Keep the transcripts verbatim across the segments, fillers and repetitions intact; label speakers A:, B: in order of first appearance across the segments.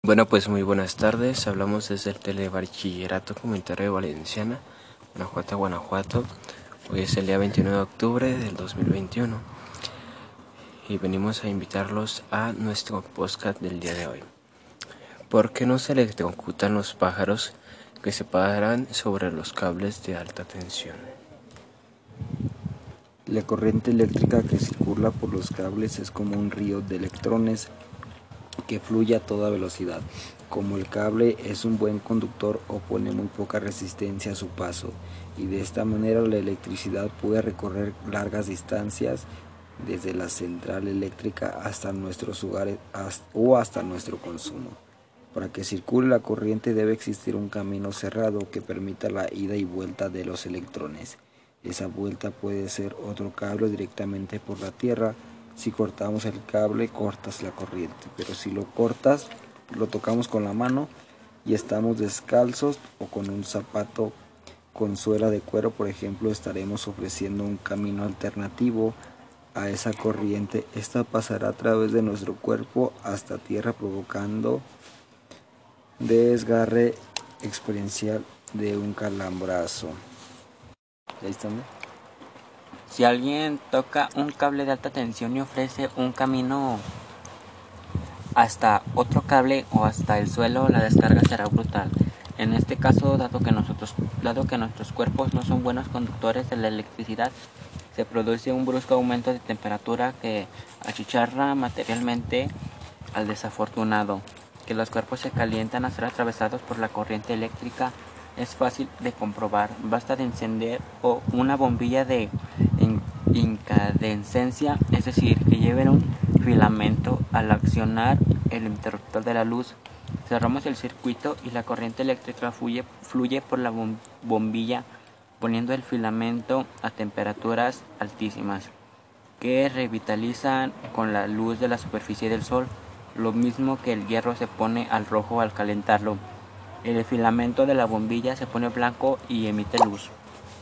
A: Bueno, pues muy buenas tardes. Hablamos desde el Telebachillerato Comunitario Valenciana, Guanajuato, Guanajuato. Hoy es el día veintinueve de octubre del dos mil veintiuno y venimos a invitarlos a nuestro podcast del día de hoy. ¿Por qué no se electrocutan los pájaros que se paran sobre los cables de alta tensión?
B: La corriente eléctrica que circula por los cables es como un río de electrones que fluye a toda velocidad. Como el cable es un buen conductor, opone muy poca resistencia a su paso, y de esta manera la electricidad puede recorrer largas distancias desde la central eléctrica hasta nuestros hogares o hasta nuestro consumo. Para que circule la corriente debe existir un camino cerrado que permita la ida y vuelta de los electrones. Esa vuelta puede ser otro cable directamente por la tierra. Si cortamos el cable, cortas la corriente, pero si lo cortas, lo tocamos con la mano y estamos descalzos o con un zapato con suela de cuero, por ejemplo, estaremos ofreciendo un camino alternativo a esa corriente. Esta pasará a través de nuestro cuerpo hasta tierra, provocando desgarre experiencial de un calambrazo. Ahí está, ¿no?
C: Si alguien toca un cable de alta tensión y ofrece un camino hasta otro cable o hasta el suelo, la descarga será brutal. En este caso, dado que nosotros, dado que nuestros cuerpos no son buenos conductores de la electricidad, se produce un brusco aumento de temperatura que achicharra materialmente al desafortunado. Que los cuerpos se calientan a ser atravesados por la corriente eléctrica es fácil de comprobar. Basta de encender o una bombilla de incandescencia, es decir, que lleven un filamento. Al accionar el interruptor de la luz, cerramos el circuito y la corriente eléctrica fluye, fluye por la bombilla, poniendo el filamento a temperaturas altísimas que revitalizan con la luz de la superficie del sol, lo mismo que el hierro se pone al rojo al calentarlo. El filamento de la bombilla se pone blanco y emite luz.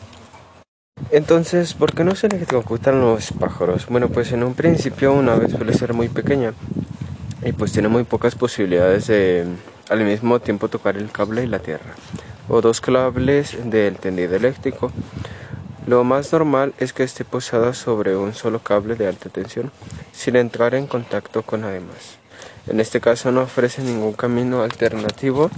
A: Entonces, ¿por qué no se electrocutan los pájaros? Bueno, pues en un principio una ave suele ser muy pequeña y pues tiene muy pocas posibilidades de al mismo tiempo tocar el cable y la tierra, o dos cables del tendido eléctrico. Lo más normal es que esté posada sobre un solo cable de alta tensión, sin entrar en contacto con nadie más. En este caso no ofrece ningún camino alternativo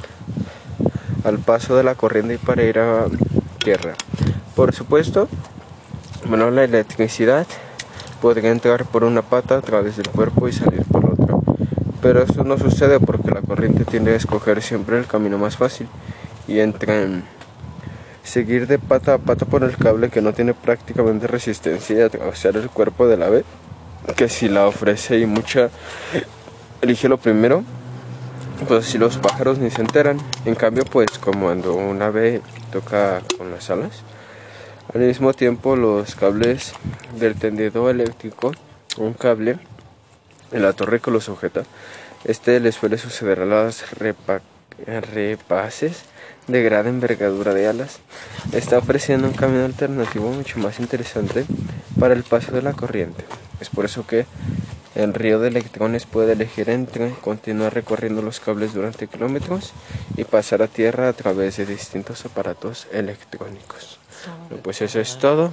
A: al paso de la corriente para ir a tierra. Por supuesto, bueno, la electricidad podría entrar por una pata a través del cuerpo y salir por otra, pero esto no sucede porque la corriente tiende a escoger siempre el camino más fácil y entra en seguir de pata a pata por el cable que no tiene prácticamente resistencia y atravesar el cuerpo del ave, que si la ofrece y mucha elige lo primero, pues si los pájaros ni se enteran. En cambio, pues como cuando un ave toca con las alas, al mismo tiempo los cables del tendido eléctrico, un cable en la torre que lo sujeta, este le suele suceder a las repa repases de gran envergadura de alas. Está ofreciendo un camino alternativo mucho más interesante para el paso de la corriente. Es por eso que el río de electrones puede elegir entre continuar recorriendo los cables durante kilómetros y pasar a tierra a través de distintos aparatos electrónicos. Bueno, pues eso es todo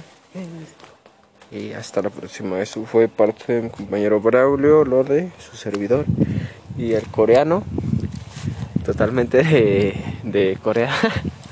A: y hasta la próxima. Eso fue parte de mi compañero Braulio, lo de su servidor, y el coreano, totalmente de, de Corea.